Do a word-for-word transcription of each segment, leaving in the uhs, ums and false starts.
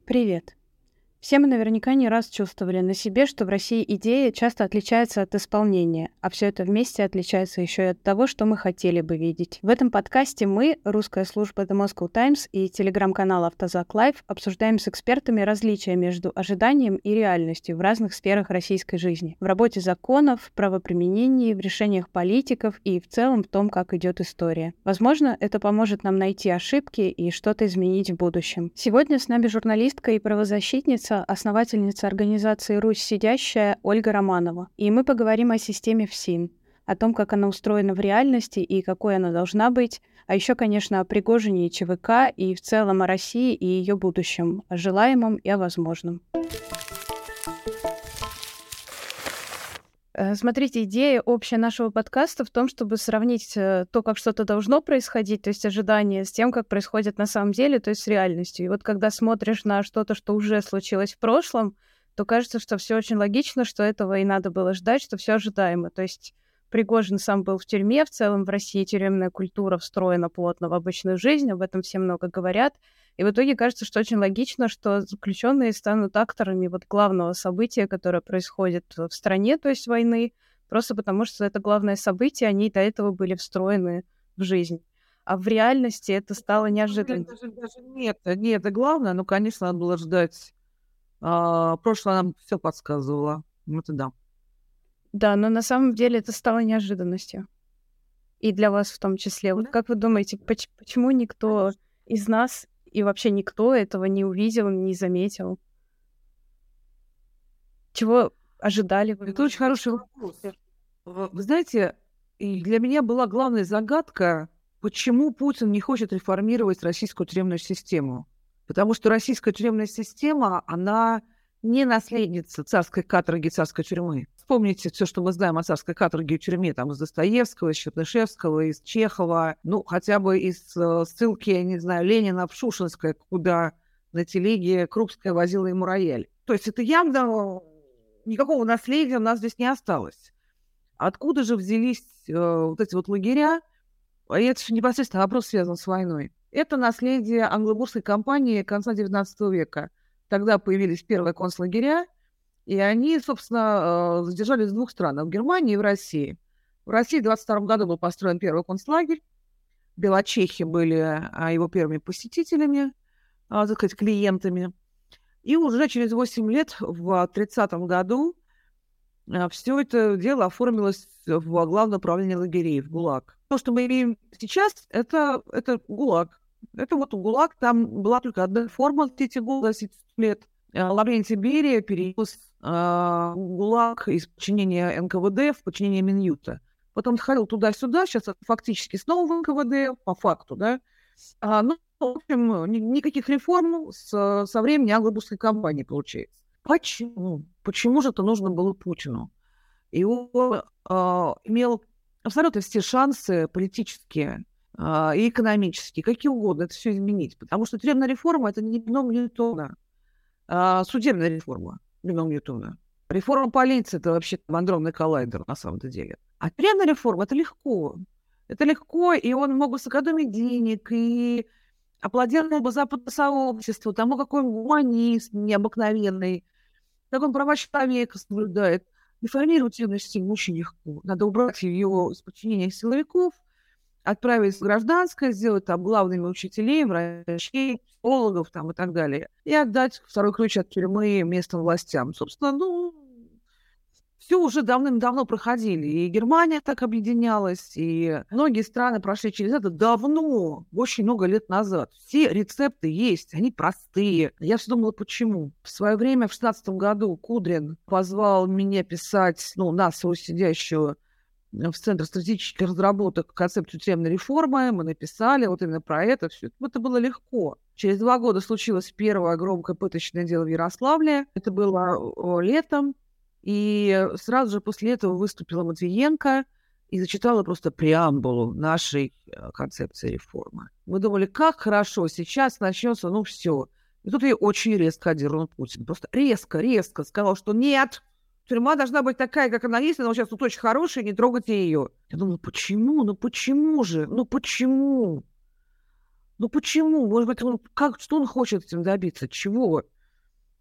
Привет. Все мы наверняка не раз чувствовали на себе, что в России идея часто отличается от исполнения, а все это вместе отличается еще и от того, что мы хотели бы видеть. В этом подкасте мы, русская служба The Moscow Times и телеграм-канал «Автозак Лайв» обсуждаем с экспертами различия между ожиданием и реальностью в разных сферах российской жизни. В работе законов, в правоприменении, в решениях политиков и в целом в том, как идет история. Возможно, это поможет нам найти ошибки и что-то изменить в будущем. Сегодня с нами журналистка и правозащитница, основательница организации «Русь сидящая» Ольга Романова. И мы поговорим о системе ФСИН, о том, как она устроена в реальности и какой она должна быть, а еще, конечно, о Пригожине и ЧВК, и в целом о России и ее будущем, о желаемом и о возможном. Смотрите, идея общая нашего подкаста в том, чтобы сравнить то, как что-то должно происходить, то есть ожидания, с тем, как происходит на самом деле, то есть с реальностью. И вот когда смотришь на что-то, что уже случилось в прошлом, то кажется, что все очень логично, что этого и надо было ждать, что все ожидаемо. То есть Пригожин сам был в тюрьме, в целом в России тюремная культура встроена плотно в обычную жизнь, об этом все много говорят. И в итоге кажется, что очень логично, что заключенные станут акторами вот главного события, которое происходит в стране, то есть войны, просто потому что это главное событие, они до этого были встроены в жизнь. А в реальности это стало неожиданно. Даже, даже нет, не это главное, но, конечно, надо было ждать. А, прошлое нам все подсказывало. Это да. Да, но на самом деле это стало неожиданностью. И для вас в том числе. Вот как вы думаете, поч- почему никто из нас и вообще никто этого не увидел, не заметил? Чего ожидали вы? Это очень хороший вопрос. Вы знаете, и для меня была главная загадка, почему Путин не хочет реформировать российскую тюремную систему. Потому что российская тюремная система, она не наследница царской каторги, царской тюрьмы. Вспомните все, что мы знаем о царской каторге и тюрьме, там, из Достоевского, из Чернышевского, из Чехова, ну, хотя бы из э, ссылки, я не знаю, Ленина в Шушинское, куда на телеге Крупская возила ему рояль. То есть это явно никакого наследия у нас здесь не осталось. Откуда же взялись э, вот эти вот лагеря? И это же непосредственно вопрос связан с войной. Это наследие англобургской кампании конца девятнадцатого века. Тогда появились первые концлагеря, и они, собственно, задержались в двух странах, в Германии и в России. В России в двадцать втором году был построен первый концлагерь. Белочехи были его первыми посетителями, так сказать, клиентами. И уже через восемь лет, в тридцатом году, все это дело оформилось в Главное управление лагерей, в ГУЛАГ. То, что мы имеем сейчас, это, это ГУЛАГ. Это вот ГУЛАГ, там была только одна форма эти годы, семьдесят лет. Лаврентий Берия перенес э, ГУЛАГ из подчинения эн ка вэ дэ в подчинение Минюста. Потом ходил туда-сюда, сейчас это фактически снова в эн ка вэ дэ, по факту, да. А, ну, в общем, ни, никаких реформ с, со времени англобургской кампании получается. Почему? Почему же это нужно было Путину? И он э, имел абсолютно все шансы политические э, и экономические, какие угодно, это все изменить. Потому что тюремная реформа – это не бином Ньютона. А, судебная реформа бином Ньютона. Реформа полиции – это вообще андронный коллайдер на самом деле. А тюремная реформа – это легко. Это легко, и он мог бы сэкономить денег, и аплодировал бы западное сообщество, тому какой он гуманист необыкновенный, как он права человека соблюдает. Реформировать тюремную систему очень легко. Надо убрать ее из подчинения силовиков, отправить в гражданское, сделать там главными учителей, врачей, психологов там и так далее. И отдать второй ключ от тюрьмы местным властям. Собственно, ну, все уже давным-давно проходили. И Германия так объединялась, и многие страны прошли через это давно, очень много лет назад. Все рецепты есть, они простые. Я все думала, почему. В свое время, в шестнадцатом году, Кудрин позвал меня писать, ну, нас, его сидящего, в Центр стратегических разработок концепцию тюремной реформы. Мы написали вот именно про это все. Это было легко. Через два года случилось первое громкое пыточное дело в Ярославле. Это было летом. И сразу же после этого выступила Матвиенко и зачитала просто преамбулу нашей концепции реформы. Мы думали, как хорошо, сейчас начнется, ну все. И тут ей очень резко одернул Путин. Просто резко-резко сказал, что нет, тюрьма должна быть такая, как она есть, она сейчас тут очень хорошая, не трогайте ее. Я думала, почему? Ну почему же? Ну почему? Ну почему? Может быть, он, как, что он хочет этим добиться? Чего?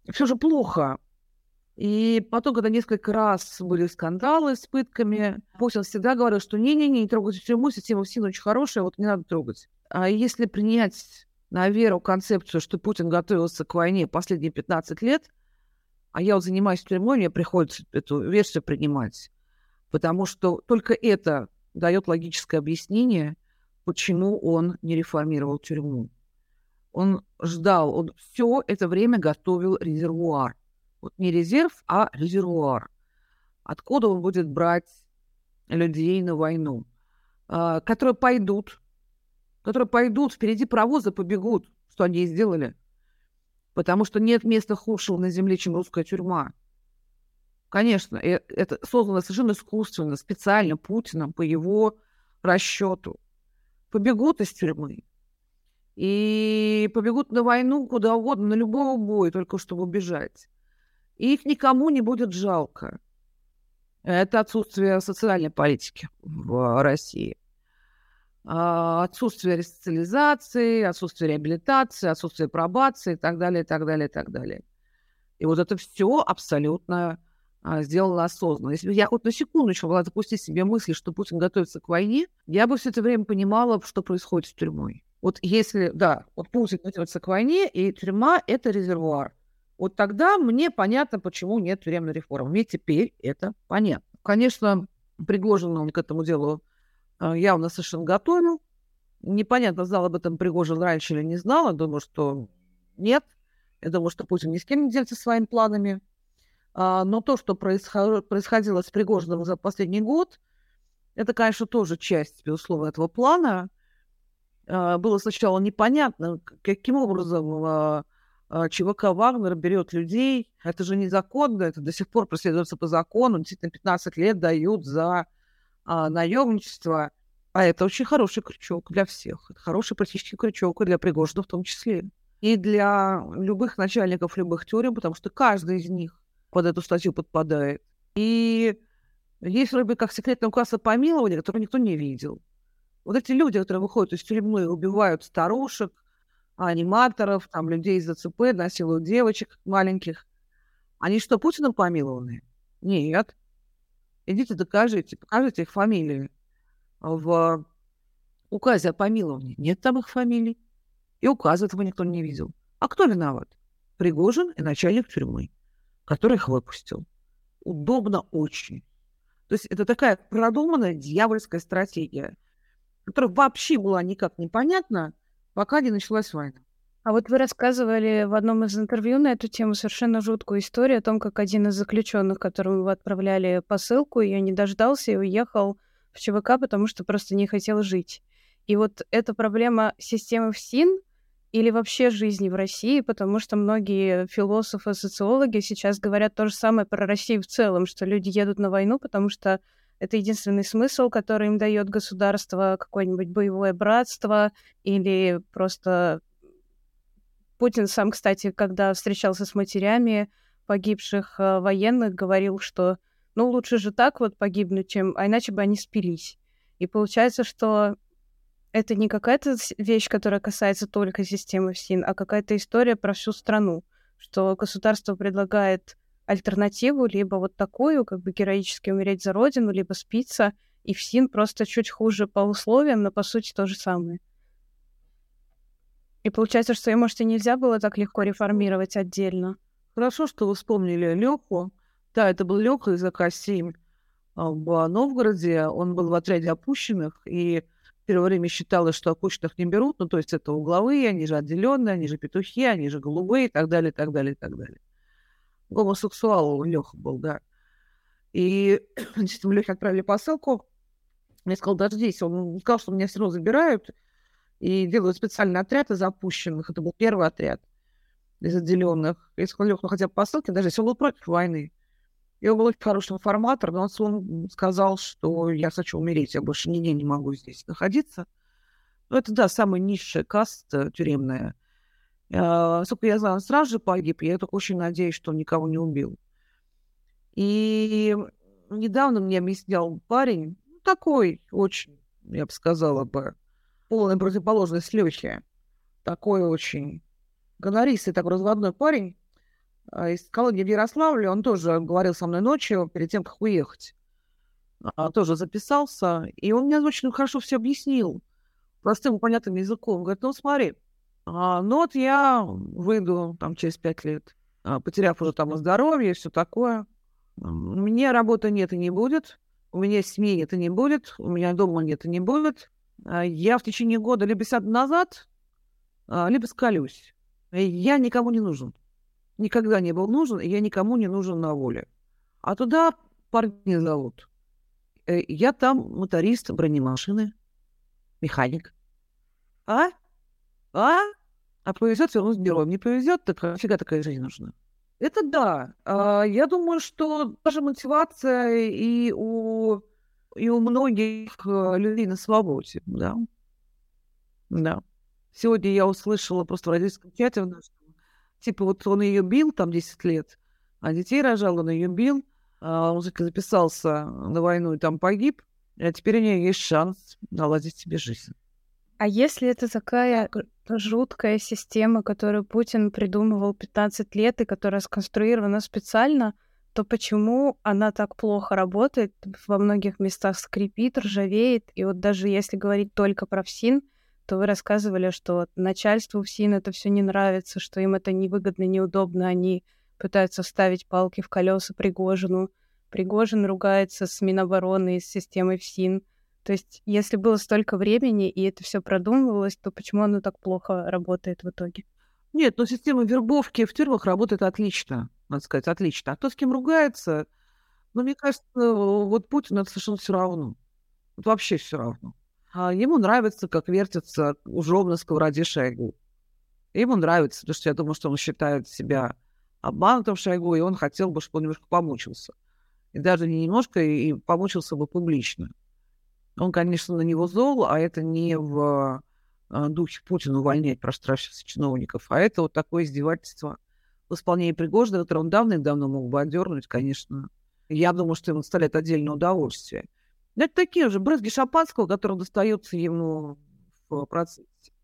все же плохо. И потом, когда несколько раз были скандалы с пытками, Путин всегда говорил, что не-не-не, не трогайте тюрьму, система ФСИН очень хорошая, вот не надо трогать. А если принять на веру концепцию, что Путин готовился к войне последние пятнадцать лет, а я вот занимаюсь тюрьмой, мне приходится эту версию принимать, потому что только это дает логическое объяснение, почему он не реформировал тюрьму. Он ждал, он все это время готовил резервуар. Вот не резерв, а резервуар. Откуда он будет брать людей на войну, а, которые пойдут, которые пойдут, впереди паровоза побегут, что они и сделали. Потому что нет места худшего на земле, чем русская тюрьма. Конечно, это создано совершенно искусственно, специально Путиным по его расчету. Побегут из тюрьмы. И побегут на войну куда угодно, на любого боя, только чтобы убежать. И их никому не будет жалко. Это отсутствие социальной политики в России. Отсутствие ресоциализации, отсутствие реабилитации, отсутствие пробации и так далее, и так далее, и так далее. И вот это все абсолютно а, сделано осознанно. Если бы я хоть на секундочку могла допустить себе мысли, что Путин готовится к войне, я бы все это время понимала, что происходит с тюрьмой. Вот если, да, вот Путин готовится к войне, и тюрьма – это резервуар. Вот тогда мне понятно, почему нет тюремной реформы. Мне теперь это понятно. Конечно, Пригожин он к этому делу явно совершенно готовил. Непонятно, знал об этом Пригожин раньше или не знал. Я думаю, что нет. Я думаю, что Путин ни с кем не делится своими планами. Но то, что происходило с Пригожиным за последний год, это, конечно, тоже часть, безусловно, этого плана. Было сначала непонятно, каким образом ЧВК «Вагнер» берет людей. Это же незаконно, это до сих пор преследуется по закону. Действительно, пятнадцать лет дают за а, наемничество. А это очень хороший крючок для всех. Это хороший политический крючок и для Пригожина в том числе. И для любых начальников любых тюрем, потому что каждый из них под эту статью подпадает. И есть вроде как секретный указ о помиловании, который никто не видел. Вот эти люди, которые выходят из тюрьмы и убивают старушек, аниматоров, там, людей из ЗЦП, насилуют девочек маленьких. Они что, Путиным помилованы? Нет. Идите докажите, покажите их фамилии. В указе о помиловании нет там их фамилий. И указа этого никто не видел. А кто виноват? Пригожин и начальник тюрьмы, который их выпустил. Удобно очень. То есть это такая продуманная дьявольская стратегия, которая вообще была никак непонятна, пока не началась война. А вот вы рассказывали в одном из интервью на эту тему совершенно жуткую историю о том, как один из заключенных, которому вы отправляли посылку, ее не дождался и уехал в ЧВК, потому что просто не хотел жить. И вот эта проблема системы ФСИН или вообще жизни в России, потому что многие философы, социологи сейчас говорят то же самое про Россию в целом, что люди едут на войну, потому что это единственный смысл, который им дает государство, какое-нибудь боевое братство или просто... Путин сам, кстати, когда встречался с матерями погибших э, военных, говорил, что ну лучше же так вот погибнуть, чем... а иначе бы они спились. И получается, что это не какая-то вещь, которая касается только системы ФСИН, а какая-то история про всю страну, что государство предлагает альтернативу, либо вот такую, как бы героически умереть за родину, либо спиться, и ФСИН просто чуть хуже по условиям, но по сути то же самое. И получается, что ее, может, и нельзя было так легко реформировать отдельно. Хорошо, что вы вспомнили Лёху. Да, это был Лёха из А К семь в Новгороде. Он был в отряде опущенных, и в первое время считалось, что опущенных не берут. Ну, то есть это угловые, они же отделенные, они же петухи, они же голубые, и так далее, и так далее, и так далее. Гомосексуал Лёха был, да. И действительно, Лёхе отправили посылку. Я сказал, дождись. Он сказал, что меня все равно забирают и делают специальный отряд из опущенных. Это был первый отряд из отделенных. Я сказал, Лёх, ну хотя бы посылки, даже если он был против войны. И он был очень хороший информатор, но он сказал, что я хочу умереть, я больше ни дня не могу здесь находиться. Ну, это, да, самая низшая каста тюремная. А, сколько я знаю, он сразу же погиб, я только очень надеюсь, что он никого не убил. И недавно мне объяснял парень, ну, такой очень, я бы сказала бы, полная противоположность Лёхе. Такой очень гонористый, такой разводной парень. из колонии в Ярославле, он тоже говорил со мной ночью перед тем, как уехать. А, тоже записался, и он мне очень хорошо все объяснил простым и понятным языком. Он говорит, ну смотри, а, ну вот я выйду там через пять лет, а, потеряв уже там и здоровье, и все такое. У меня работы нет и не будет, у меня семьи нет и не будет, у меня дома нет и не будет. А, я в течение года либо сяду назад, а, либо скалюсь. И я никому не нужен. Никогда не был нужен, и я никому не нужен на воле. А туда парни зовут. Э, Я там моторист бронемашины, механик. А? А? А повезет, вернусь героем. Не повезет, так нафига такая жизнь нужна? Это да. А, я думаю, что даже мотивация и у, и у многих э, людей на свободе, да. Да. Сегодня я услышала просто в родительском чате, в нашем, типа вот он ее бил там десять лет, а детей рожал, он ее бил, а он записался на войну и там погиб, а теперь у нее есть шанс наладить себе жизнь. А если это такая жуткая система, которую Путин придумывал пятнадцать лет и которая сконструирована специально, то почему она так плохо работает, во многих местах скрипит, ржавеет? И вот даже если говорить только про ФСИН, то вы рассказывали, что вот начальству ФСИН это все не нравится, что им это невыгодно, неудобно, они пытаются вставить палки в колеса Пригожину. Пригожин ругается с Минобороны и с системой ФСИН. То есть, если было столько времени, и это все продумывалось, то почему оно так плохо работает в итоге? Нет, но система вербовки в тюрьмах работает отлично, надо сказать, отлично. А кто с кем ругается, ну, мне кажется, вот Путину это совершенно все равно. Вот вообще все равно. А ему нравится, как вертится ужом на сковороде Шойгу. Ему нравится, потому что я думаю, что он считает себя обманутым Шойгу, и он хотел бы, чтобы он немножко помучился. И даже не немножко, и помучился бы публично. Он, конечно, на него зол, а это не в а, духе Путина увольнять проштрафившихся чиновников, а это вот такое издевательство в исполнении Пригожина, которое он давным-давно мог бы отдернуть, конечно. Я думаю, что ему доставляет отдельное удовольствие. Но это такие же брызги шампанского, которые достаются ему в процессе.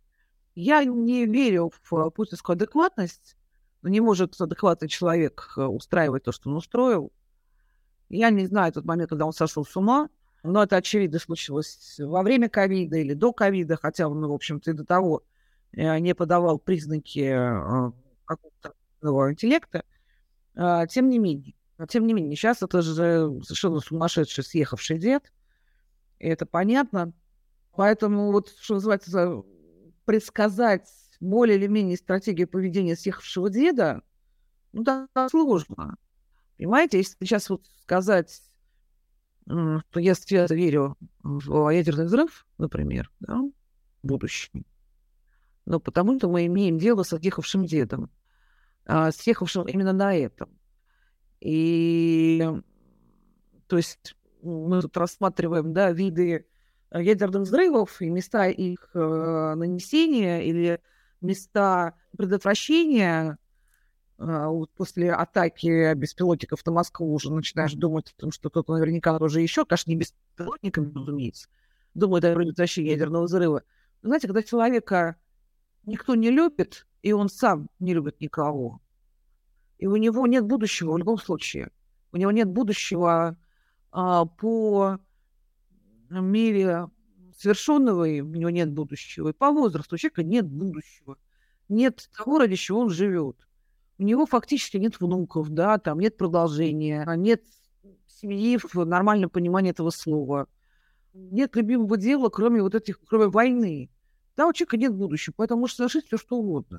Я не верю в путинскую адекватность. Но не может адекватный человек э, устраивать то, что он устроил. Я не знаю тот момент, когда он сошел с ума, но это, очевидно, случилось во время ковида или до ковида, хотя он, ну, в общем-то, и до того э, не подавал признаки э, какого-то нового интеллекта. А, тем не менее, тем не менее, сейчас это же совершенно сумасшедший, съехавший дед, и это понятно. Поэтому, вот, что называется, предсказать более или менее стратегию поведения съехавшего деда, ну, да, сложно. Понимаете, если сейчас вот сказать, м, что я свято верю в ядерный взрыв, например, да, будущий, но потому что мы имеем дело с съехавшим дедом, а, съехавшим именно на этом. И, то есть, мы тут рассматриваем, да, виды ядерных взрывов и места их э, нанесения или места предотвращения. А, вот после атаки беспилотников на Москву уже начинаешь думать о том, что кто-то наверняка тоже еще, конечно, не беспилотниками, разумеется, думает о предотвращении ядерного взрыва. Но, знаете, когда человека никто не любит, и он сам не любит никого, и у него нет будущего в любом случае. У него нет будущего а, по мере совершенного, и у него нет будущего. И по возрасту у человека нет будущего. Нет того, ради чего он живет. У него фактически нет внуков, да, там нет продолжения, нет семьи в нормальном понимании этого слова. Нет любимого дела, кроме вот этих, кроме войны. Да, у человека нет будущего, поэтому может совершить все, что угодно.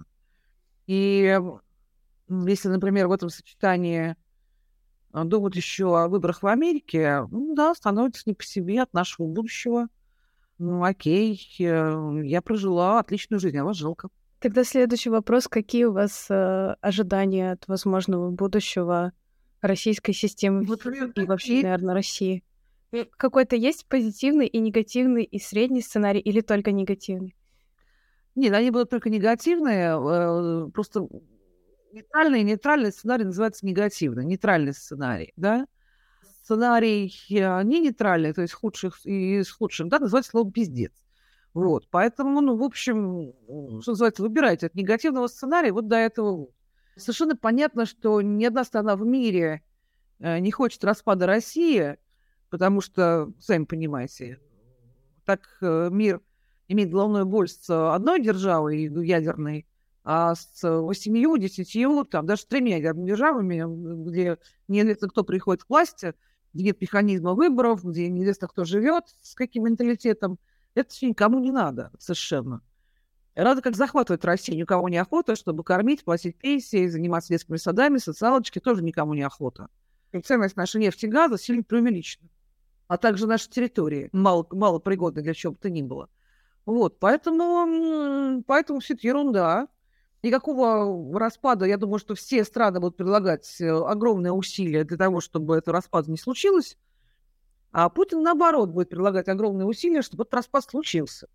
И если, например, в этом сочетании думать еще о выборах в Америке, ну да, становится не по себе от нашего будущего. Ну, окей, я прожила отличную жизнь, а вас жалко. Тогда следующий вопрос. Какие у вас э, ожидания от возможного будущего российской системы Вот, и вообще, наверное, России? Какой-то есть позитивный и негативный и средний сценарий или только негативный? Нет, они будут только негативные. э, Просто нейтральный нейтральный сценарий называется негативный. Нейтральный сценарий, да? Сценарий э, не нейтральный, то есть худших и с худшим, да, называется слово «пиздец». Вот, поэтому, ну, в общем, что называется, выбирайте от негативного сценария вот до этого. Совершенно понятно, что ни одна страна в мире не хочет распада России, потому что, сами понимаете, так мир имеет головную боль с одной державой ядерной, а с восемью, десятью, там, даже тремя ядерными державами, где неизвестно, кто приходит к власти, где нет механизма выборов, где неизвестно, кто живет, с каким менталитетом, это все никому не надо совершенно. Рада, как захватывать Россию, никому не охота, чтобы кормить, платить пенсии, заниматься детскими садами, социалочки, тоже никому не охота. И ценность нашей нефти и газа сильно преувеличена. А также наши территории, мало, мало пригодны для чего бы то ни было. Вот, поэтому, поэтому все это ерунда. Никакого распада, я думаю, что все страны будут предлагать огромные усилия для того, чтобы этот распад не случилось, а Путин, наоборот, будет предлагать огромные усилия, чтобы этот распад случился.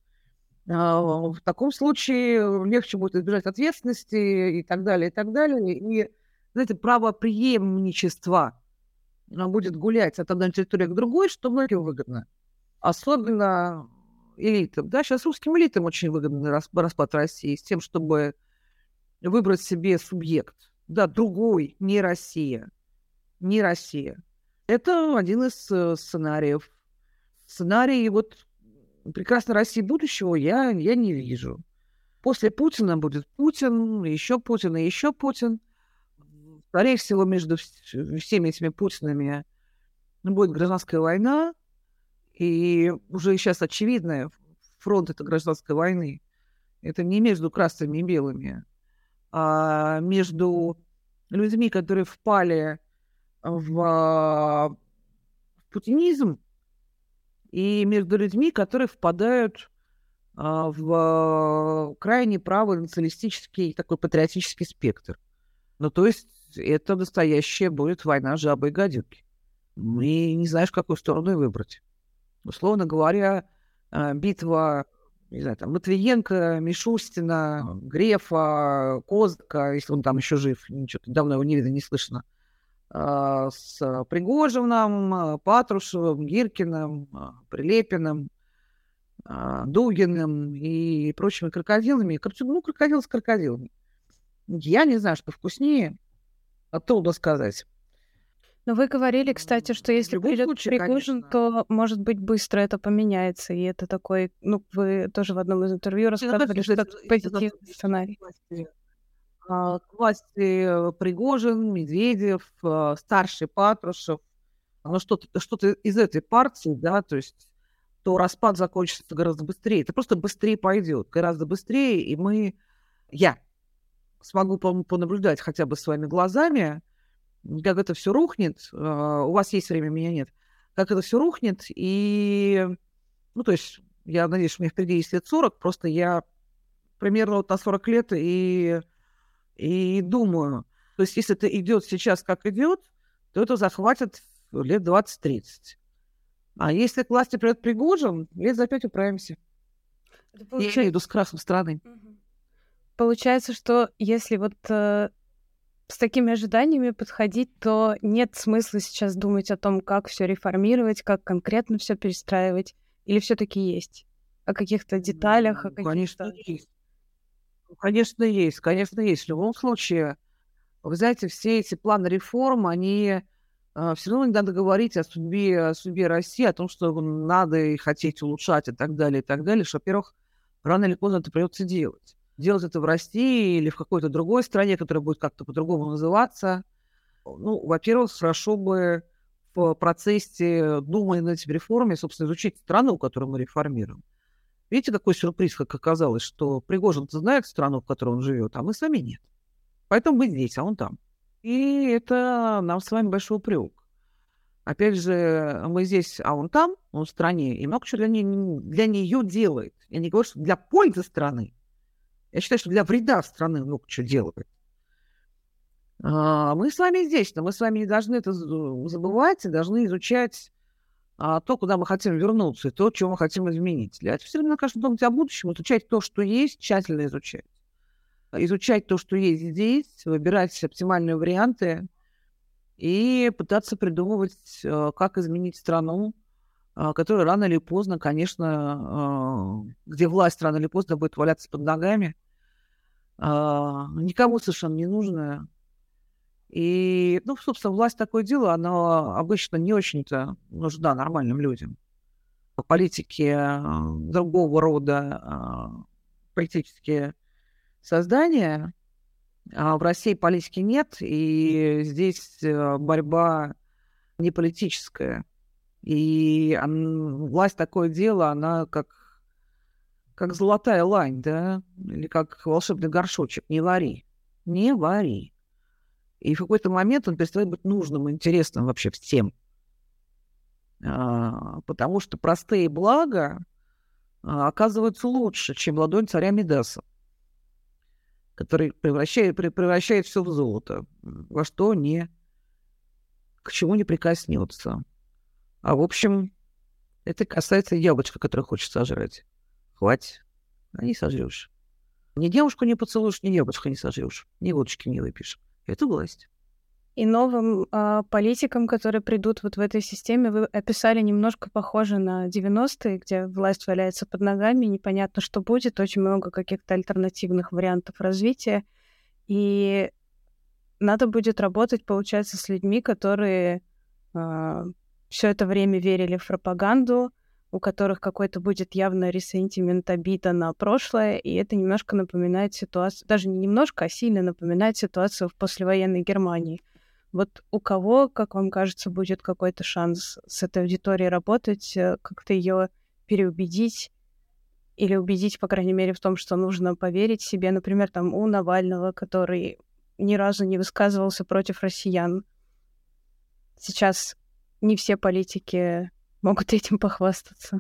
В таком случае легче будет избежать ответственности и так далее, и так далее. И, знаете, правопреемничество будет гулять от одной территории к другой, что многим выгодно. Особенно элитам. Да, сейчас русским элитам очень выгоден распад России с тем, чтобы выбрать себе субъект. Да, другой, не Россия. Не Россия. Это один из сценариев. Сценарий вот прекрасной России будущего я, я не вижу. После Путина будет Путин, еще Путин и еще Путин. Скорее всего, между всеми этими Путинами будет гражданская война. И уже сейчас очевидно, фронт этой гражданской войны. Это не между красными и белыми, а между людьми, которые впали в, в путинизм, и между людьми, которые впадают а, в крайне правый националистический такой патриотический спектр. Ну, то есть это настоящая будет война жабы и гадюки. И не знаешь, какую сторону выбрать. Условно говоря, битва, не знаю, там, Матвиенко, Мишустина, Грефа, Козака, если он там еще жив, ничего, давно его не видно, не слышно, с Пригожиным, Патрушевым, Гиркиным, Прилепиным, Дугиным и прочими крокодилами. Ну, крокодил с крокодилами. Я не знаю, что вкуснее, а трудно сказать. Но вы говорили, кстати, что если придет Пригожин, то, может быть, быстро это поменяется. И это такой, ну, вы тоже в одном из интервью рассказывали, что это позитивный сценарий. К власти Пригожин, Медведев, старший Патрушев, ну, что-то, что-то из этой партии, да, то есть то распад закончится гораздо быстрее. Это просто быстрее пойдет, гораздо быстрее, и мы, я смогу понаблюдать хотя бы своими глазами, как это все рухнет. У вас есть время, у меня нет. Как это все рухнет, и, ну, то есть, я надеюсь, что у меня впереди есть лет сорок, просто я примерно вот на сорок лет и... И думаю, то есть если это идет сейчас, как идет, то это захватит лет двадцать-тридцать. А если к власти придет Пригожин, лет за пять управимся. Получается... Я иду с крахом страны. Получается, что если вот э, с такими ожиданиями подходить, то нет смысла сейчас думать о том, как все реформировать, как конкретно все перестраивать, или все-таки есть о каких-то деталях, о каких-то... Конечно, есть. Конечно, есть, конечно, есть. В любом случае, вы знаете, все эти планы реформ, они э, все равно не надо говорить о судьбе, о судьбе России, о том, что надо и хотеть улучшать и так далее, и так далее, что, во-первых, рано или поздно это придется делать. Делать это в России или в какой-то другой стране, которая будет как-то по-другому называться. Ну, во-первых, хорошо бы в процессе думания над этими реформами, собственно, изучить страну, которую мы реформируем. Видите, какой сюрприз, как оказалось, что Пригожин-то знает страну, в которой он живет, а мы с вами нет. Поэтому мы здесь, а он там. И это нам с вами большой упрек. Опять же, мы здесь, а он там, он в стране, и много чего для, не, для нее делает. Я не говорю, что для пользы страны. Я считаю, что для вреда страны много чего делает. А мы с вами здесь, но мы с вами не должны это забывать и должны изучать а, то, куда мы хотим вернуться, и то, чего мы хотим изменить. Для этого все время, конечно, думать о будущем, изучать то, что есть, тщательно изучать. Изучать то, что есть здесь, выбирать оптимальные варианты и пытаться придумывать, как изменить страну, которая рано или поздно, конечно, где власть рано или поздно будет валяться под ногами, никому совершенно не нужная, И, ну, собственно, власть такое дело, она обычно не очень-то нужна нормальным людям. Политики другого рода политические создания, а в России политики нет, и здесь борьба не политическая. И власть такое дело, она как, как золотая лань, да, или как волшебный горшочек. Не вари, не вари. И в какой-то момент он перестает быть нужным, интересным вообще всем. А, потому что простые блага а, оказываются лучше, чем ладонь царя Мидаса, который превращает, превращает все в золото, во что не, к чему не прикоснется. А в общем, это касается яблочка, которое хочешь сожрать. Хватит, а не сожрешь. Ни девушку не поцелуешь, ни яблочко не сожрешь, ни водочки не выпьешь. Это власть. И новым э, политикам, которые придут вот в этой системе, вы описали немножко похоже на девяностые, где власть валяется под ногами, непонятно, что будет, очень много каких-то альтернативных вариантов развития. И надо будет работать, получается, с людьми, которые э, все это время верили в пропаганду, у которых какой-то будет явно ресентимент, обида на прошлое, и это немножко напоминает ситуацию, даже не немножко, а сильно напоминает ситуацию в послевоенной Германии. Вот у кого, как вам кажется, будет какой-то шанс с этой аудиторией работать, как-то ее переубедить или убедить, по крайней мере, в том, что нужно поверить себе, например, там у Навального, который ни разу не высказывался против россиян. Сейчас не все политики могут этим похвастаться.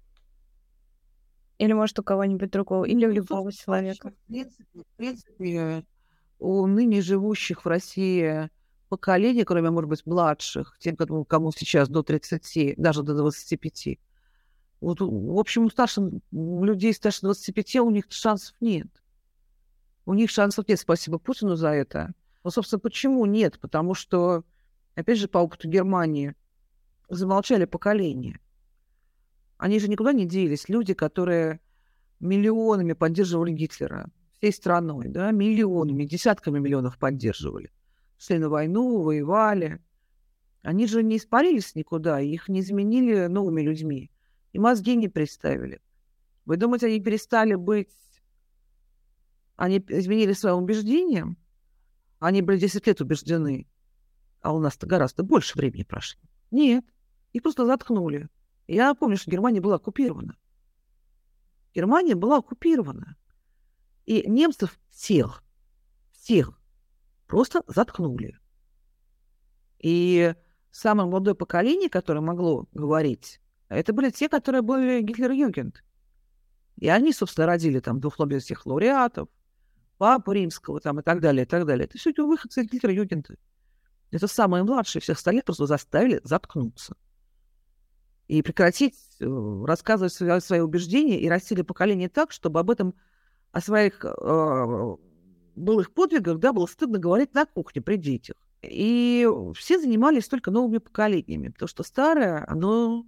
Или, может, у кого-нибудь другого, или у любого человека. В принципе, в принципе, у ныне живущих в России поколений, кроме, может быть, младших, тем, кому, кому сейчас до тридцати, даже до двадцати пяти, вот, в общем, у старших, у людей старше двадцати пяти у них шансов нет. У них шансов нет, спасибо Путину за это. Но, собственно, почему нет? Потому что, опять же, по опыту Германии, замолчали поколения. Они же никуда не делись. Люди, которые миллионами поддерживали Гитлера, всей страной, да, миллионами, десятками миллионов поддерживали. Шли на войну, воевали. Они же не испарились никуда, их не изменили новыми людьми. И мозги не представили. Вы думаете, они перестали быть... Они изменили своим убеждением? Они были десять лет убеждены. А у нас-то гораздо больше времени прошло. Нет. Их просто заткнули. Я помню, что Германия была оккупирована. Германия была оккупирована. И немцев всех, всех просто заткнули. И самое молодое поколение, которое могло говорить, это были те, которые были Гитлер-Югент. И они, собственно, родили там двух нобелевских лауреатов, папу римского там, и так далее, и так далее. Это все эти выходцы из Гитлер-Югента. Это самые младшие, всех остальных просто заставили заткнуться. И прекратить э, рассказывать свои, свои убеждения, и растили поколение так, чтобы об этом, о своих э, былых подвигах, да, было стыдно говорить на кухне при детях. И все занимались только новыми поколениями, потому что старое, оно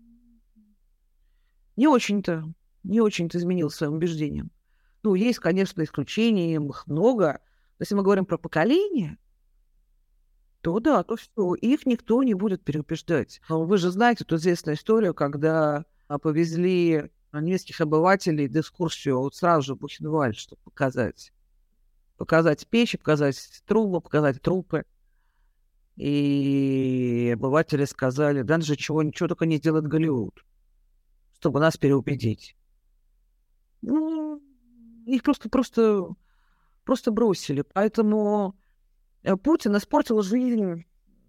не очень-то, не очень-то изменилось своим убеждением. Ну, есть, конечно, исключения, их много. Но если мы говорим про поколение, то да, то все, их никто не будет переубеждать. Вы же знаете эту известную историю, когда повезли немецких обывателей в экскурсию вот сразу же в Бухенвальд, чтобы показать. Показать печи, показать трубы, показать трупы. И обыватели сказали, да же чего, ничего только не сделает Голливуд, чтобы нас переубедить. Ну, их просто, просто, просто бросили. Поэтому Путин испортил жизнь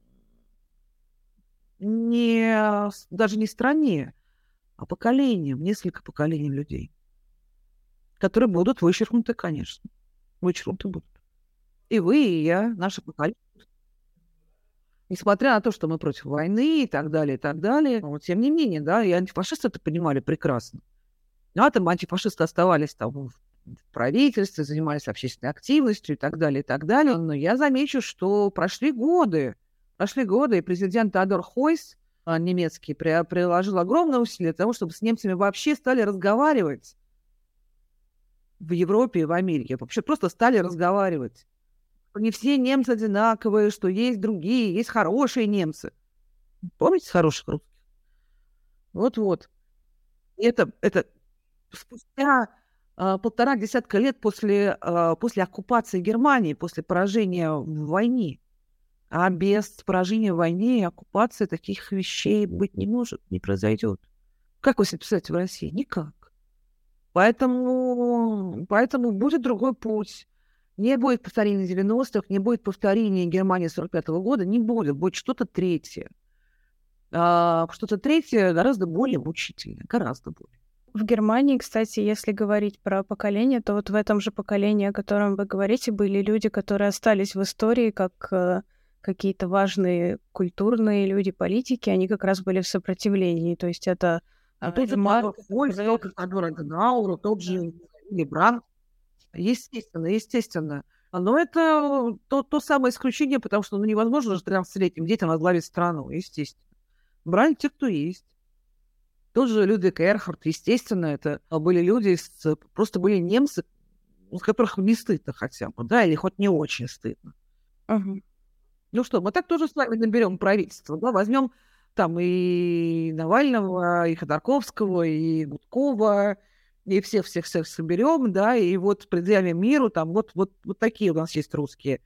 не, даже не стране, а поколениям, несколько поколений людей, которые будут вычеркнуты, конечно. Вычеркнуты будут. И вы, и я, наше поколение. Несмотря на то, что мы против войны и так далее, и так далее, но тем не менее, да, и антифашисты это понимали прекрасно. А там антифашисты оставались там в правительстве, занимались общественной активностью и так далее, и так далее. Но я замечу, что прошли годы, прошли годы, и президент Теодор Хойс, немецкий, при, приложил огромное усилие для того, чтобы с немцами вообще стали разговаривать в Европе и в Америке. Вообще просто стали разговаривать. не все немцы одинаковые, что есть другие, есть хорошие немцы. Помните хороших русских? Вот-вот. И это, это спустя а, полтора десятка лет после, а, после оккупации Германии, после поражения в войне. А без поражения в войне и оккупации таких вещей быть не может, не произойдет. Как вы себе представляете в России? Никак. Поэтому, поэтому будет другой путь. Не будет повторения девяностых, не будет повторения Германии сорок пятого года, не будет. Будет что-то третье. А, что-то третье гораздо более мучительное, гораздо более. В Германии, кстати, если говорить про поколение, то вот в этом же поколении, о котором вы говорите, были люди, которые остались в истории как э, какие-то важные культурные люди, политики, они как раз были в сопротивлении. То есть это... А тот же Марк Фойс, тот же Теодор Аденауэр, тот же Лебран. Естественно, естественно. Но это то, то самое исключение, потому что ну, невозможно же тринадцатилетним детям возглавить страну, естественно. Брали те, кто есть. Тот же Людвиг Эрхард, естественно, это были люди, с, просто были немцы, с которых не стыдно хотя бы, да, или хоть не очень стыдно. Uh-huh. Ну что, мы так тоже с вами наберем правительство, да, возьмем там и Навального, и Ходорковского, и Гудкова, и всех-всех-всех соберем, да, и вот предъявим миру, там вот, вот, вот такие у нас есть русские.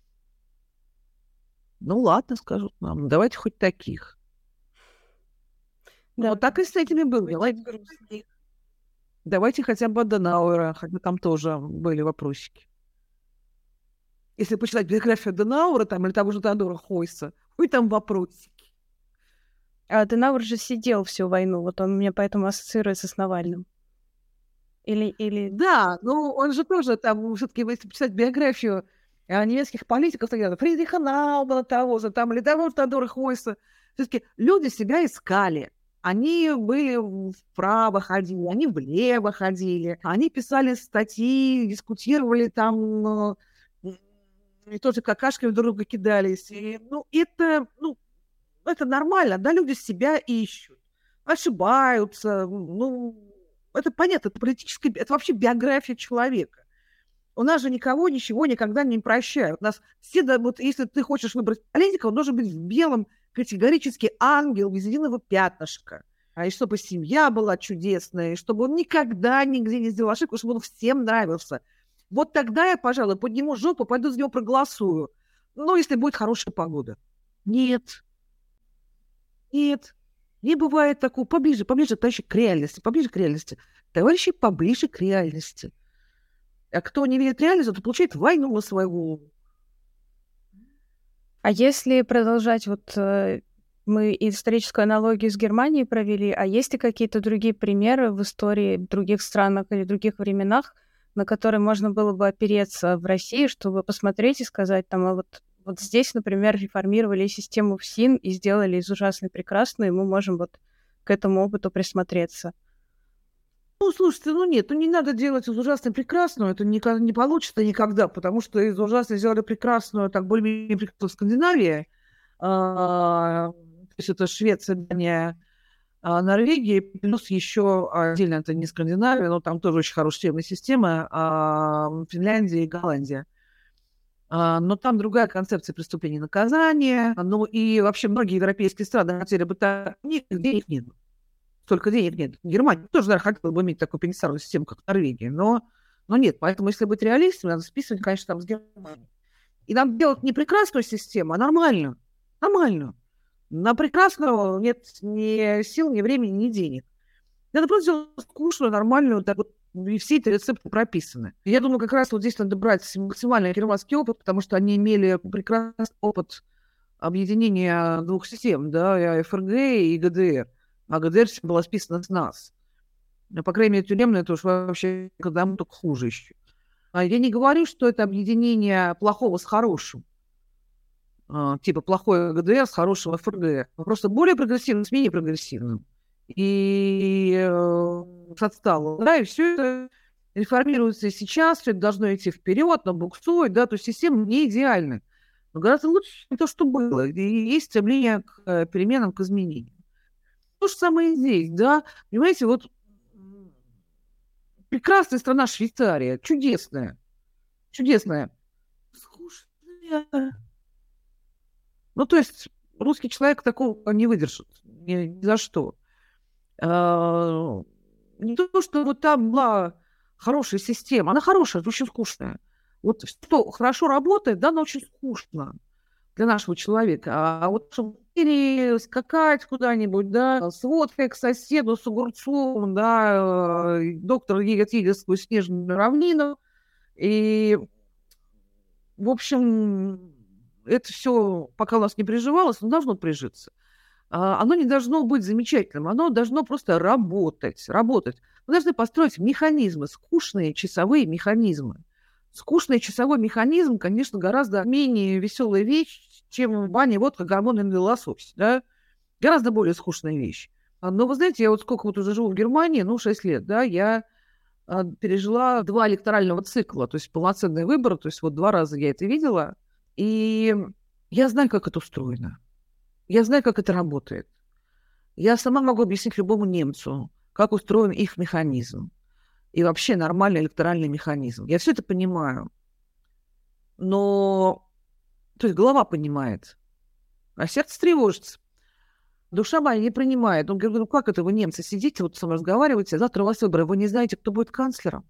Ну ладно, скажут нам, давайте хоть таких. Да. Вот так и с этими было. Давайте хотя бы Аденауэра, хотя там тоже были вопросики. Если почитать биографию Аденауэра там, или того же Теодора Хойса, ой, там вопросики. А Аденауэр же сидел всю войну, вот он у меня поэтому ассоциируется с Навальным. Или, или... Да, ну он же тоже там, все-таки, если почитать биографию немецких политиков, тогда Фридриха Наумана того же, там, или того же Теодора Хойса, все-таки люди себя искали. Они были вправо ходили, они влево ходили, они писали статьи, дискутировали там, и тоже какашками друг друга кидались. И, ну, это, ну, это нормально, да, люди себя ищут, ошибаются, ну, это понятно, это политическая, это вообще биография человека. У нас же никого ничего никогда не прощают. У нас все, да, вот если ты хочешь выбрать политика, он должен быть в белом, категорически ангел, без единого пятнышка. А и чтобы семья была чудесная, и чтобы он никогда нигде не сделал ошибку, чтобы он всем нравился. Вот тогда я, пожалуй, подниму жопу, пойду за него проголосую. Ну, если будет хорошая погода. Нет. Нет. Не бывает такого. Поближе, поближе, товарищи, к реальности. Поближе к реальности. Товарищи, поближе к реальности. А кто не видит реальность, тот получает войну на свою голову. А если продолжать, вот э, мы историческую аналогию с Германией провели, а есть ли какие-то другие примеры в истории других странах или других временах, на которые можно было бы опереться в России, чтобы посмотреть и сказать, там, а вот, вот здесь, например, реформировали систему ФСИН и сделали из ужасной прекрасную, и мы можем вот к этому опыту присмотреться? Ну, слушайте, ну нет, ну не надо делать из ужасной прекрасную, это никогда не получится никогда, потому что из ужасной сделали прекрасную, так более-менее прекрасную в Скандинавии, а, то есть это Швеция, Дания, а, Норвегия, плюс еще отдельно, это не Скандинавия, но там тоже очень хорошая судебная система, а, Финляндия и Голландия. А, но там другая концепция преступления и наказания, ну и вообще многие европейские страны хотели бы так, нигде их нет. Столько денег нет. Германия тоже, наверное, хотела бы иметь такую пенитенциарную систему, как Норвегия, но, но нет. Поэтому, если быть реалистами, надо списывать, конечно, там с Германией. И нам делать не прекрасную систему, а нормальную. Нормальную. На прекрасную нет ни сил, ни времени, ни денег. Надо просто сделать скучную, нормальную, так вот, и все эти рецепты прописаны. Я думаю, как раз вот здесь надо брать максимальный германский опыт, потому что они имели прекрасный опыт объединения двух систем, да, ФРГ и ГДР. А ГДР была списана с нас. Но, по крайней мере, тюремная, это уж вообще когда мы только хуже еще. А я не говорю, что это объединение плохого с хорошим. А, типа плохое ГДР с хорошим ФРГ. Просто более прогрессивным с менее прогрессивным. И э, с отсталым. Да, и все это реформируется и сейчас, все это должно идти вперед, но буксует, да, то есть система не идеальна. Но гораздо лучше, чем то, что было. И есть стремление к переменам, к изменениям. То же самое и здесь, да. Понимаете, вот прекрасная страна Швейцария, чудесная, чудесная. Скучная Ну, то есть русский человек такого не выдержит ни, ни за что. А, не то, что вот там была хорошая система. Она хорошая, но очень скучная. Вот что хорошо работает, да, но очень скучно для нашего человека. А вот чтобы скакать куда-нибудь, да, с водкой к соседу, с огурцом, да, доктор едет, едет сквозь снежную равнину. И, в общем, это все, пока у нас не приживалось, оно должно прижиться. Оно не должно быть замечательным, оно должно просто работать, работать. Мы должны построить механизмы, скучные часовые механизмы. Скучный часовой механизм, конечно, гораздо менее веселая вещь, чем баня, водка, гормоны и лосось, да? Гораздо более скучная вещь. Но вы знаете, я вот сколько вот уже живу в Германии, ну, шесть лет, да, я пережила два электорального цикла, то есть полноценные выборы, то есть вот два раза я это видела, и я знаю, как это устроено. Я знаю, как это работает. Я сама могу объяснить любому немцу, как устроен их механизм. И вообще нормальный электоральный механизм. Я все это понимаю. Но, то есть голова понимает, а сердце тревожится. Душа моя не принимает. Он говорит, ну как это вы, немцы, сидите, вот со мной разговариваете, а завтра у вас выборы, вы не знаете, кто будет канцлером?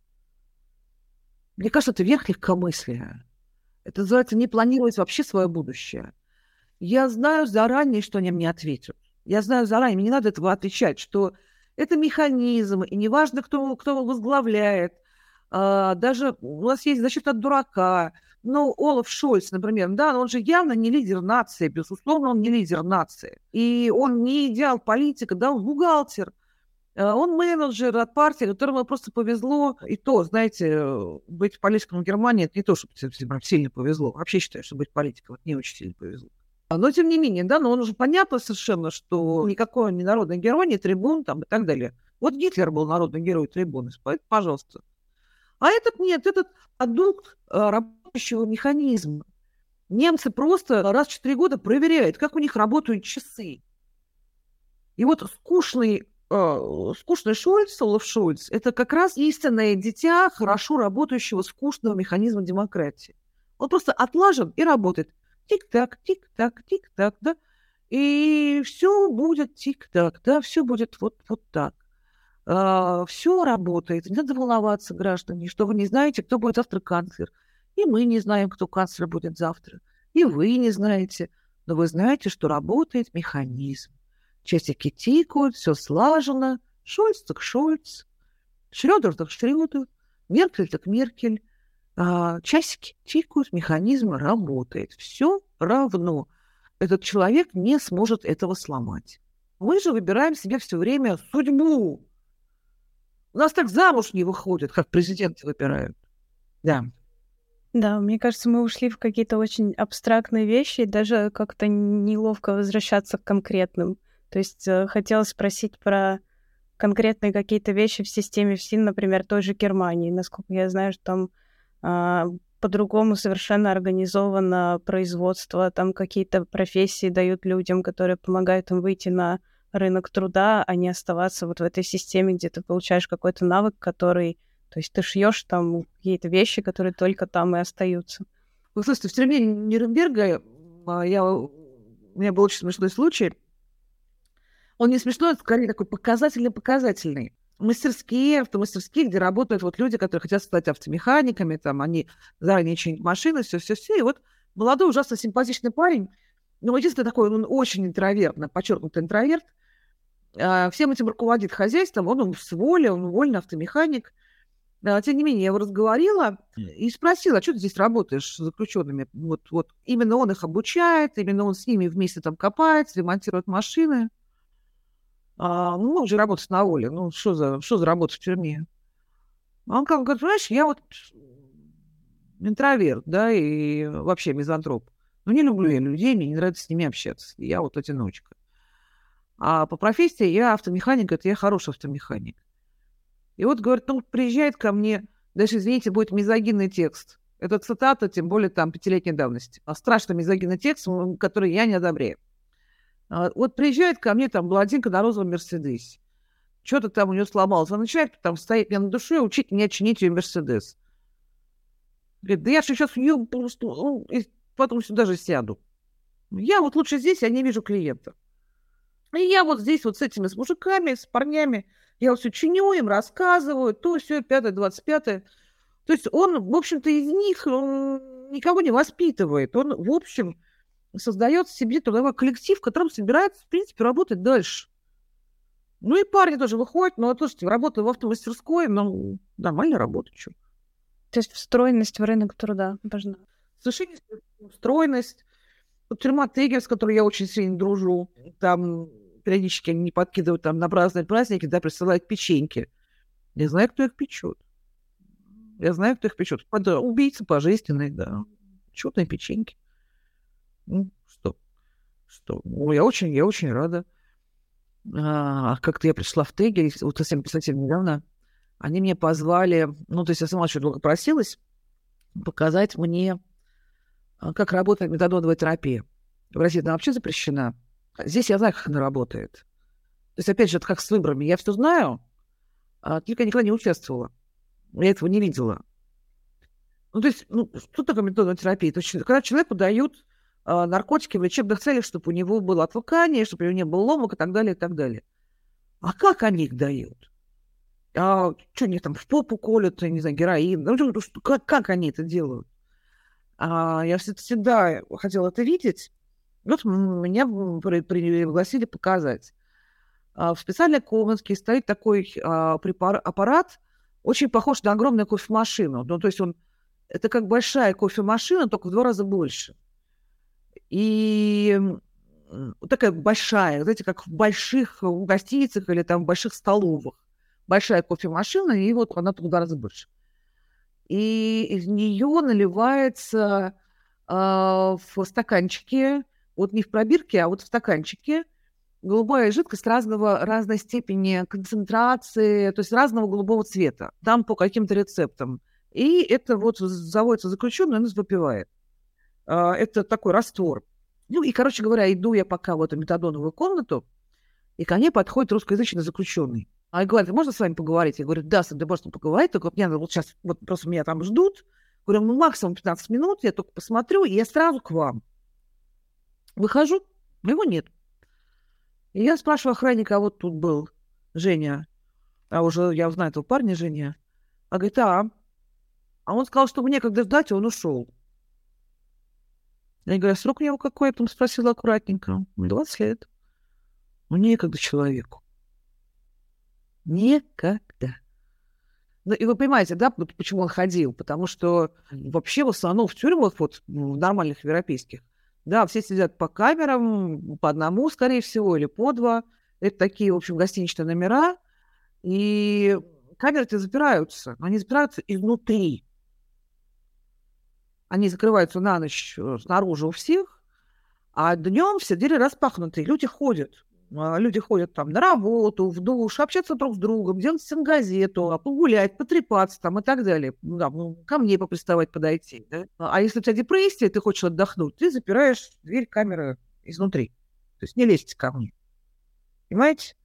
Мне кажется, это верх легкомыслия. Это называется не планировать вообще свое будущее. Я знаю заранее, что они мне ответят. Я знаю заранее, мне не надо этого отвечать, что это механизм, и неважно, кто, кто его возглавляет. А, даже у нас есть защита от дурака. Ну, Олаф Шольц, например, да, он же явно не лидер нации, безусловно, он не лидер нации. И он не идеал политика, да, он бухгалтер. Он менеджер от партии, которому просто повезло. И то, знаете, быть политиком в Германии, это не то, чтобы сильно повезло. Вообще считаю, что быть политиком, это не очень сильно повезло. Но, тем не менее, да, но он уже понятно совершенно, что никакой он не народный герой, не трибун там и так далее. Вот Гитлер был народный герой, трибун, пожалуйста. А этот нет, этот аддукт работающего механизма. Немцы просто раз в четыре года проверяют, как у них работают часы. И вот скучный, э, скучный Шольц, Олаф Шольц, это как раз истинное дитя хорошо работающего скучного механизма демократии. Он просто отлажен и работает. Тик-так, тик-так, тик-так, да. И все будет тик-так, да, все будет вот, вот так. А, все работает. Не надо волноваться, граждане, что вы не знаете, кто будет завтра канцлер. И мы не знаем, кто канцлер будет завтра. И вы не знаете. Но вы знаете, что работает механизм. Часики тикают, все слажено. Шольц так Шольц. Шрёдер так Шрёдер. Меркель так Меркель. А, часики тикают, механизм работает. Все равно. Этот человек не сможет этого сломать. Мы же выбираем себе все время судьбу. У нас так замуж не выходит, как президенты выбирают. Да. Да, мне кажется, мы ушли в какие-то очень абстрактные вещи, и даже как-то неловко возвращаться к конкретным. То есть э, хотелось спросить про конкретные какие-то вещи в системе ФСИН, например, той же Германии. Насколько я знаю, что там а, по-другому совершенно организовано производство, там какие-то профессии дают людям, которые помогают им выйти на рынок труда, а не оставаться вот в этой системе, где ты получаешь какой-то навык, который... То есть ты шьешь там какие-то вещи, которые только там и остаются. Вы слушайте, в тюрьме Нюрнберга я, у меня был очень смешной случай. Он не смешной, скорее такой показательный-показательный. Мастерские, автомастерские, где работают вот люди, которые хотят стать автомеханиками, там они заранее чинят машины, все-все-все. И вот молодой, ужасно симпатичный парень, ну, единственное, такой, он очень интровертный, подчеркнутый интроверт. Всем этим руководит хозяйством, он, он с воли, он вольный автомеханик. Тем не менее, я его разговорила и спросила, а что ты здесь работаешь с заключенными? Вот, вот именно он их обучает, именно он с ними вместе там копает, ремонтирует машины. А, ну, он же работает на воле. Ну, что за, что за работа в тюрьме? А он как говорит, знаешь, я вот интроверт, да, и вообще мизантроп. Ну, не люблю я людей, мне не нравится с ними общаться. Я вот одиночка. А по профессии я автомеханик, это я хороший автомеханик. И вот, говорит, ну, приезжает ко мне, даже, извините, будет мизогинный текст. Это цитата, тем более там пятилетней давности. А страшно мизогинный текст, который я не одобряю. Вот приезжает ко мне там блондинка на розовом Мерседесе. Что-то там у нее сломалось. Она начинает там стоять мне на душе и учить меня чинить ее Мерседес. Говорит, да я же сейчас ее просто, ну, и потом сюда же сяду. Я вот лучше здесь, я не вижу клиентов. И я вот здесь вот с этими, с мужиками, с парнями, я вот все чиню им, рассказываю, то, все, пятое, двадцать пятое. То есть он, в общем-то, из них он никого не воспитывает. Он, в общем, создает себе трудовой коллектив, в котором собирается, в принципе, работать дальше. Ну и парни тоже выходят, ну, слушайте, работаю в автомастерской, ну, нормально работаю, что. То есть встроенность в рынок труда важна. Совершенно стройность. Вот тюрьма Тегер, с которой я очень сильно дружу, там периодически они подкидывают там на праздные праздники, да, присылают печеньки. Я знаю, кто их печет. Я знаю, кто их печет. Это убийцы пожизненные, да. Чудные печеньки. Ну, что? Что? Ну, я очень, я очень рада. А, как-то я пришла в Тегер, вот совсем, совсем недавно, они меня позвали, ну, то есть я сама очень долго просилась, показать мне, как работает метадоновая терапия. В России она вообще запрещена. Здесь я знаю, как она работает. То есть, опять же, это как с выборами. Я все знаю, а только никогда не участвовала. Я этого не видела. Ну, то есть, ну, что такое методная терапия? То есть, когда человеку дают а, наркотики в лечебных целях, чтобы у него было отвыкание, чтобы у него не было ломок и так далее, и так далее. А как они их дают? А, что они там в попу колют, я не знаю, героин? Ну, что, как, как они это делают? А, я всегда хотела это видеть. Вот меня пригласили показать. А, в специальной комнатке стоит такой а, препар- аппарат, очень похож на огромную кофемашину. Ну, то есть он, это как большая кофемашина, только в два раза больше. И вот такая большая, знаете, как в больших гостиницах или там в больших столовых. Большая кофемашина, и вот она в два раза больше. И из нее наливается а, в стаканчике, вот не в пробирке, а вот в стаканчике, голубая жидкость разного, разной степени концентрации, то есть разного голубого цвета, там по каким-то рецептам. И это вот заводится заключенный, он выпивает. А, это такой раствор. Ну и, короче говоря, иду я пока в эту метадоновую комнату, и ко мне подходит русскоязычный заключенный. А говорит, можно с вами поговорить? Я говорю, да, с тобой можно поговорить, только вот мне надо вот сейчас, вот просто меня там ждут. Говорю, ну максимум пятнадцать минут, я только посмотрю, и я сразу к вам. Выхожу, его нет. И я спрашиваю охранника, а вот тут был Женя, а уже я знаю этого парня Женя. А говорит, а, а он сказал, что мне когда ждать, и он ушел. Я говорю, а срок у него какой? Я потом спросила аккуратненько. двадцать лет. Ну, некогда человеку. Никогда. Ну, и вы понимаете, да, почему он ходил? Потому что вообще в основном в тюрьмах, вот в нормальных европейских, да, все сидят по камерам, по одному, скорее всего, или по два. Это такие, в общем, гостиничные номера. И камеры-то запираются. Они запираются изнутри. Они закрываются на ночь снаружи у всех, а днем все двери распахнуты. Люди ходят. Люди ходят там на работу, в душ, общаться друг с другом, делать стенгазету, погулять, потрепаться там и так далее. Да, ну, ко мне поприставать, подойти. Да? А если у тебя депрессия, ты хочешь отдохнуть, ты запираешь дверь камеры изнутри. То есть не лезьте ко мне. Понимаете?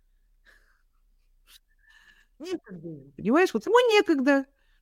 Некогда. Понимаешь? Вот ему некогда.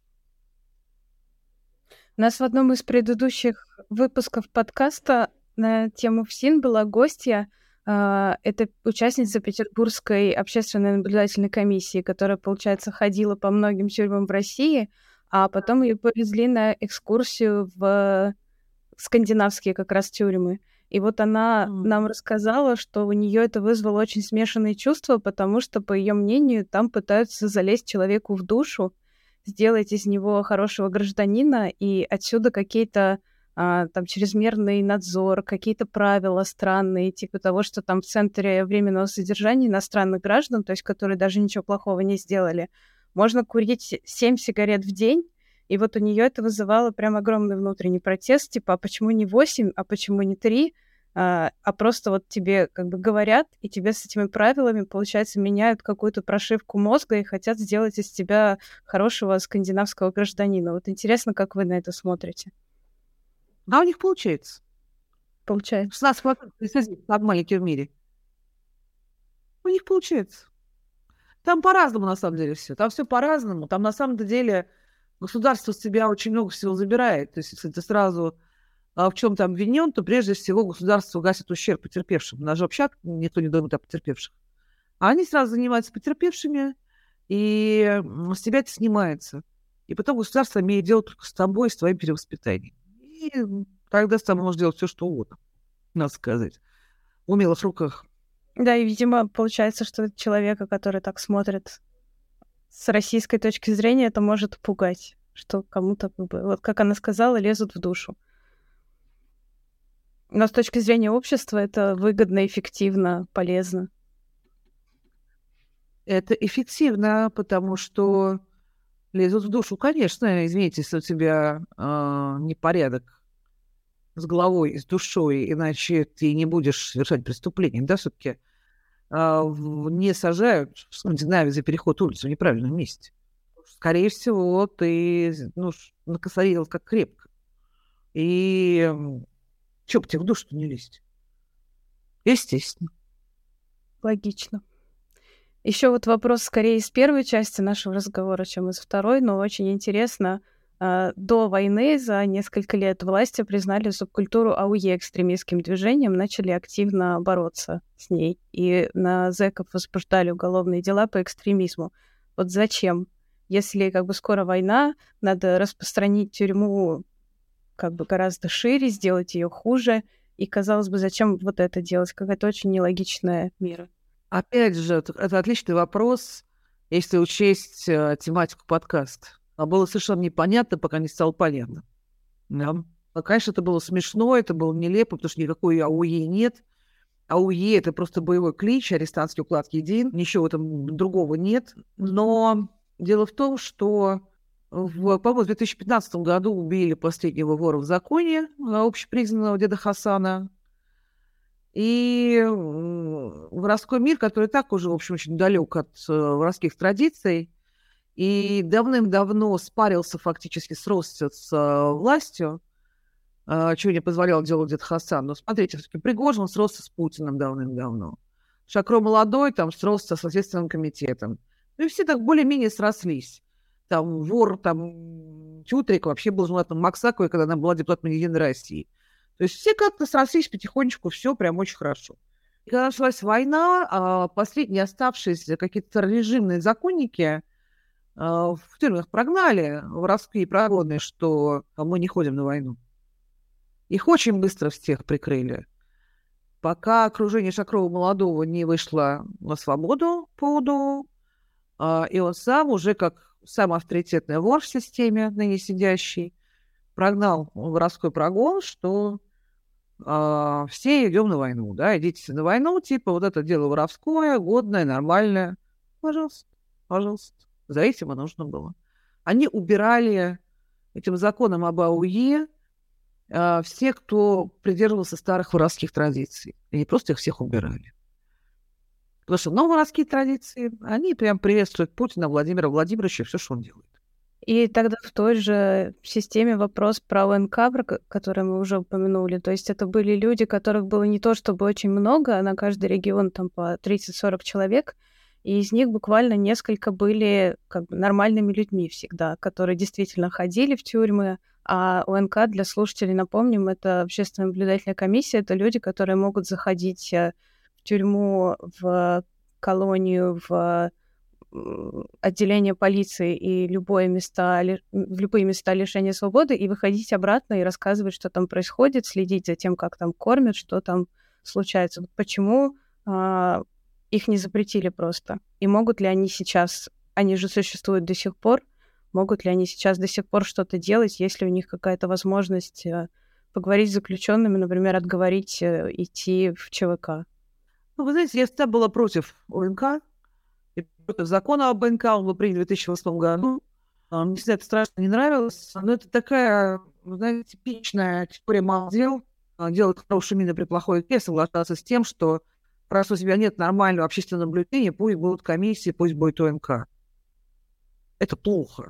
У нас в одном из предыдущих выпусков подкаста на тему ФСИН была гостья. Это участница Петербургской общественной наблюдательной комиссии, которая, получается, ходила по многим тюрьмам в России, а потом ее повезли на экскурсию в скандинавские как раз тюрьмы. И вот она mm. нам рассказала, что у нее это вызвало очень смешанные чувства, потому что, по ее мнению, там пытаются залезть человеку в душу, сделать из него хорошего гражданина, и отсюда какие-то а, там чрезмерный надзор, какие-то правила странные, типа того, что там в центре временного содержания иностранных граждан, то есть которые даже ничего плохого не сделали, можно курить семь сигарет в день, и вот у нее это вызывало прям огромный внутренний протест, типа, а почему не восемь, а почему не три, а, а просто вот тебе как бы говорят, и тебе с этими правилами, получается, меняют какую-то прошивку мозга и хотят сделать из тебя хорошего скандинавского гражданина. Вот интересно, как вы на это смотрите. Да, у них получается. Получается. шестнадцать процентов маленьких в мире. У них получается. Там по-разному, на самом деле, все. Там все по-разному. Там, на самом деле, государство с себя очень много всего забирает. То есть, если ты сразу а, в чем-то обвинен, то прежде всего государство гасит ущерб потерпевшим. У нас же вообще никто не думает о потерпевших. А они сразу занимаются потерпевшими, и м, с тебя это снимается. И потом государство имеет дело только с тобой, с твоим перевоспитанием. И тогда с тобой можешь делать все, что угодно, надо сказать. В умелых руках. Да, и, видимо, получается, что человека, который так смотрит с российской точки зрения, это может пугать, что кому-то, как бы, вот как она сказала, лезут в душу. Но с точки зрения общества это выгодно, эффективно, полезно. Это эффективно, потому что лезут в душу. Конечно, извините, если у тебя э, непорядок с головой и с душой, иначе ты не будешь совершать преступление. Да, все-таки э, не сажают в Скандинавии за переход улицы в неправильном месте. Скорее всего, ты ну, накосорил как крепко. И что бы тебе в душу не лезть? Естественно. Логично. Еще вот вопрос скорее из первой части нашего разговора, чем из второй, но очень интересно. До войны за несколько лет власти признали субкультуру АУЕ экстремистским движением, начали активно бороться с ней. И на зэков возбуждали уголовные дела по экстремизму. Вот зачем? Если как бы скоро война, надо распространить тюрьму как бы гораздо шире, сделать ее хуже. И, казалось бы, зачем вот это делать? Какая-то очень нелогичная мера. Опять же, это отличный вопрос, если учесть э, тематику подкаста. А было совершенно непонятно, пока не стало понятно. Да. Но, конечно, это было смешно, это было нелепо, потому что никакой АУЕ нет. АУЕ — это просто боевой клич, арестантский уклад един, ничего в этом другого нет. Но дело в том, что, в, по-моему, в две тысячи пятнадцатом году убили последнего вора в законе, общепризнанного деда Хасана. И воровской мир, который так уже, в общем, очень далек от э, воровских традиций, и давным-давно спарился фактически, сросся с э, властью, э, чего не позволял делать дед Хасан. Но смотрите, все-таки Пригожин сросся с Путиным давным-давно. Шакро молодой там сросся со Следственным комитетом. Ну и все так более-менее срослись. Там вор, там Чутрик вообще был женатым Максаковой, когда она была депутатом Единой России. То есть все как-то срослись потихонечку, все прям очень хорошо. И когда началась война, последние оставшиеся какие-то режимные законники в тюрьмах прогнали воровские прогоны, что мы не ходим на войну. Их очень быстро всех прикрыли. Пока окружение Шакрова-молодого не вышло на свободу по УДО, и он сам уже как самый авторитетный вор в системе, ныне сидящий, прогнал воровской прогон, что Uh, все идем на войну, да, идите на войну, типа вот это дело воровское, годное, нормальное. Пожалуйста, пожалуйста. За этим и нужно было. Они убирали этим законом об АУЕ uh, все, кто придерживался старых воровских традиций. И не просто их всех убирали. Потому что новые воровские традиции, они прям приветствуют Путина, Владимира Владимировича, все, что он делает. И тогда в той же системе вопрос про ОНК, который мы уже упомянули. То есть это были люди, которых было не то чтобы очень много, а на каждый регион там по тридцать-сорок человек, и из них буквально несколько были как бы нормальными людьми всегда, которые действительно ходили в тюрьмы. А ОНК, для слушателей напомним, это общественная наблюдательная комиссия, это люди, которые могут заходить в тюрьму, в колонию, в отделение полиции и любое места, в любые места лишения свободы и выходить обратно и рассказывать, что там происходит, следить за тем, как там кормят, что там случается. Вот почему а, их не запретили просто? И могут ли они сейчас, они же существуют до сих пор, могут ли они сейчас до сих пор что-то делать, если у них какая-то возможность а, поговорить с заключенными, например, отговорить а, идти в ЧВК? Ну, вы знаете, я всегда была против ОНК, против закона об ОНК, он был принят в две тысячи восьмом году. Мне всегда это страшно не нравилось. Но это такая, знаете, типичная теория малых дел. Делать хорошую мину при плохой игре, соглашаться с тем, что раз у тебя нет нормального общественного наблюдения, пусть будут комиссии, пусть будет ОНК. Это плохо.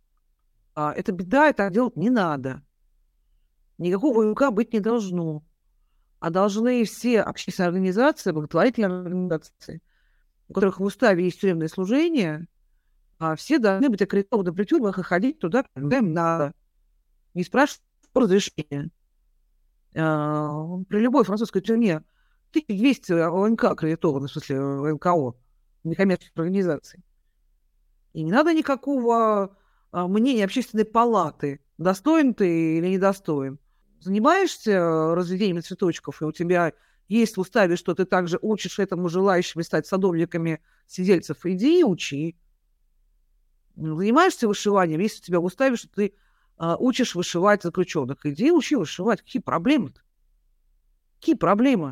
Это беда, это делать не надо. Никакого ОНК быть не должно. А должны все общественные организации, благотворительные организации, у которых в уставе есть тюремное служение, а все должны быть аккредитованы при тюрьмах и ходить туда, когда им надо. Не спрашивать разрешения. А, при любой французской тюрьме тысяча двести ОНК аккредитованы, в смысле эн ка о, некоммерческих организаций. И не надо никакого а, мнения общественной палаты, достоин ты или недостоин. Занимаешься разведением цветочков, и у тебя есть в уставе, что ты также учишь этому желающим стать садовниками сидельцев, иди и учи. Занимаешься вышиванием, если у тебя в уставе, что ты а, учишь вышивать заключенных, иди и учи вышивать. Какие проблемы-то? Какие проблемы?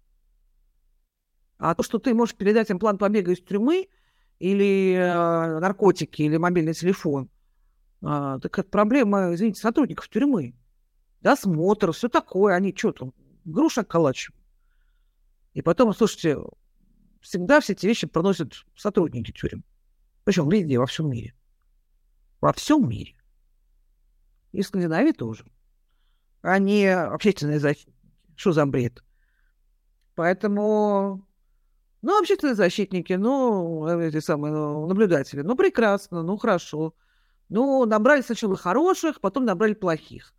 А то, что ты можешь передать им план побега из тюрьмы, или э, наркотики, или мобильный телефон, э, так это проблема, извините, сотрудников тюрьмы. Досмотр, все такое. Они что там, груш околачивают. И потом, слушайте, всегда все эти вещи проносят сотрудники тюрем. Причем везде, во всем мире. Во всем мире. И в Скандинавии тоже. Они общественные защитники. Что за бред? Поэтому... Ну, общественные защитники, ну, эти самые ну, наблюдатели. Ну, прекрасно, ну, хорошо. Ну, набрали сначала хороших, потом набрали плохих.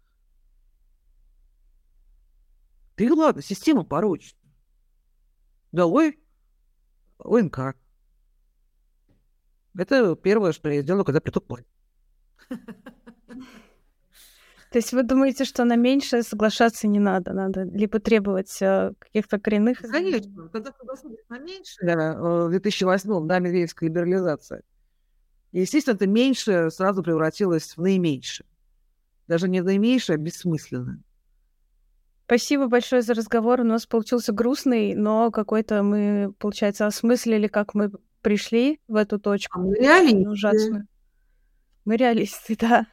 Ты, ладно, система порочная. Долой ОНК. Это первое, что я сделаю, когда придут платить. То есть вы думаете, что на меньшее соглашаться не надо? Надо либо требовать э, каких-то коренных... Конечно. Когда согласились на меньшее, да, в две тысячи восьмом, да, медведевская либерализация, естественно, это меньшее сразу превратилось в наименьшее. Даже не наименьшее, а бессмысленное. Спасибо большое за разговор. У нас получился грустный, но какой-то мы, получается, осмыслили, как мы пришли в эту точку. А мы реалисты. Ужасную. Мы реалисты, да.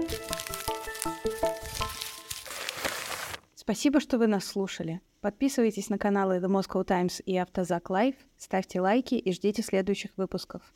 Спасибо, что вы нас слушали. Подписывайтесь на каналы The Moscow Times и Автозак Лайв, ставьте лайки и ждите следующих выпусков.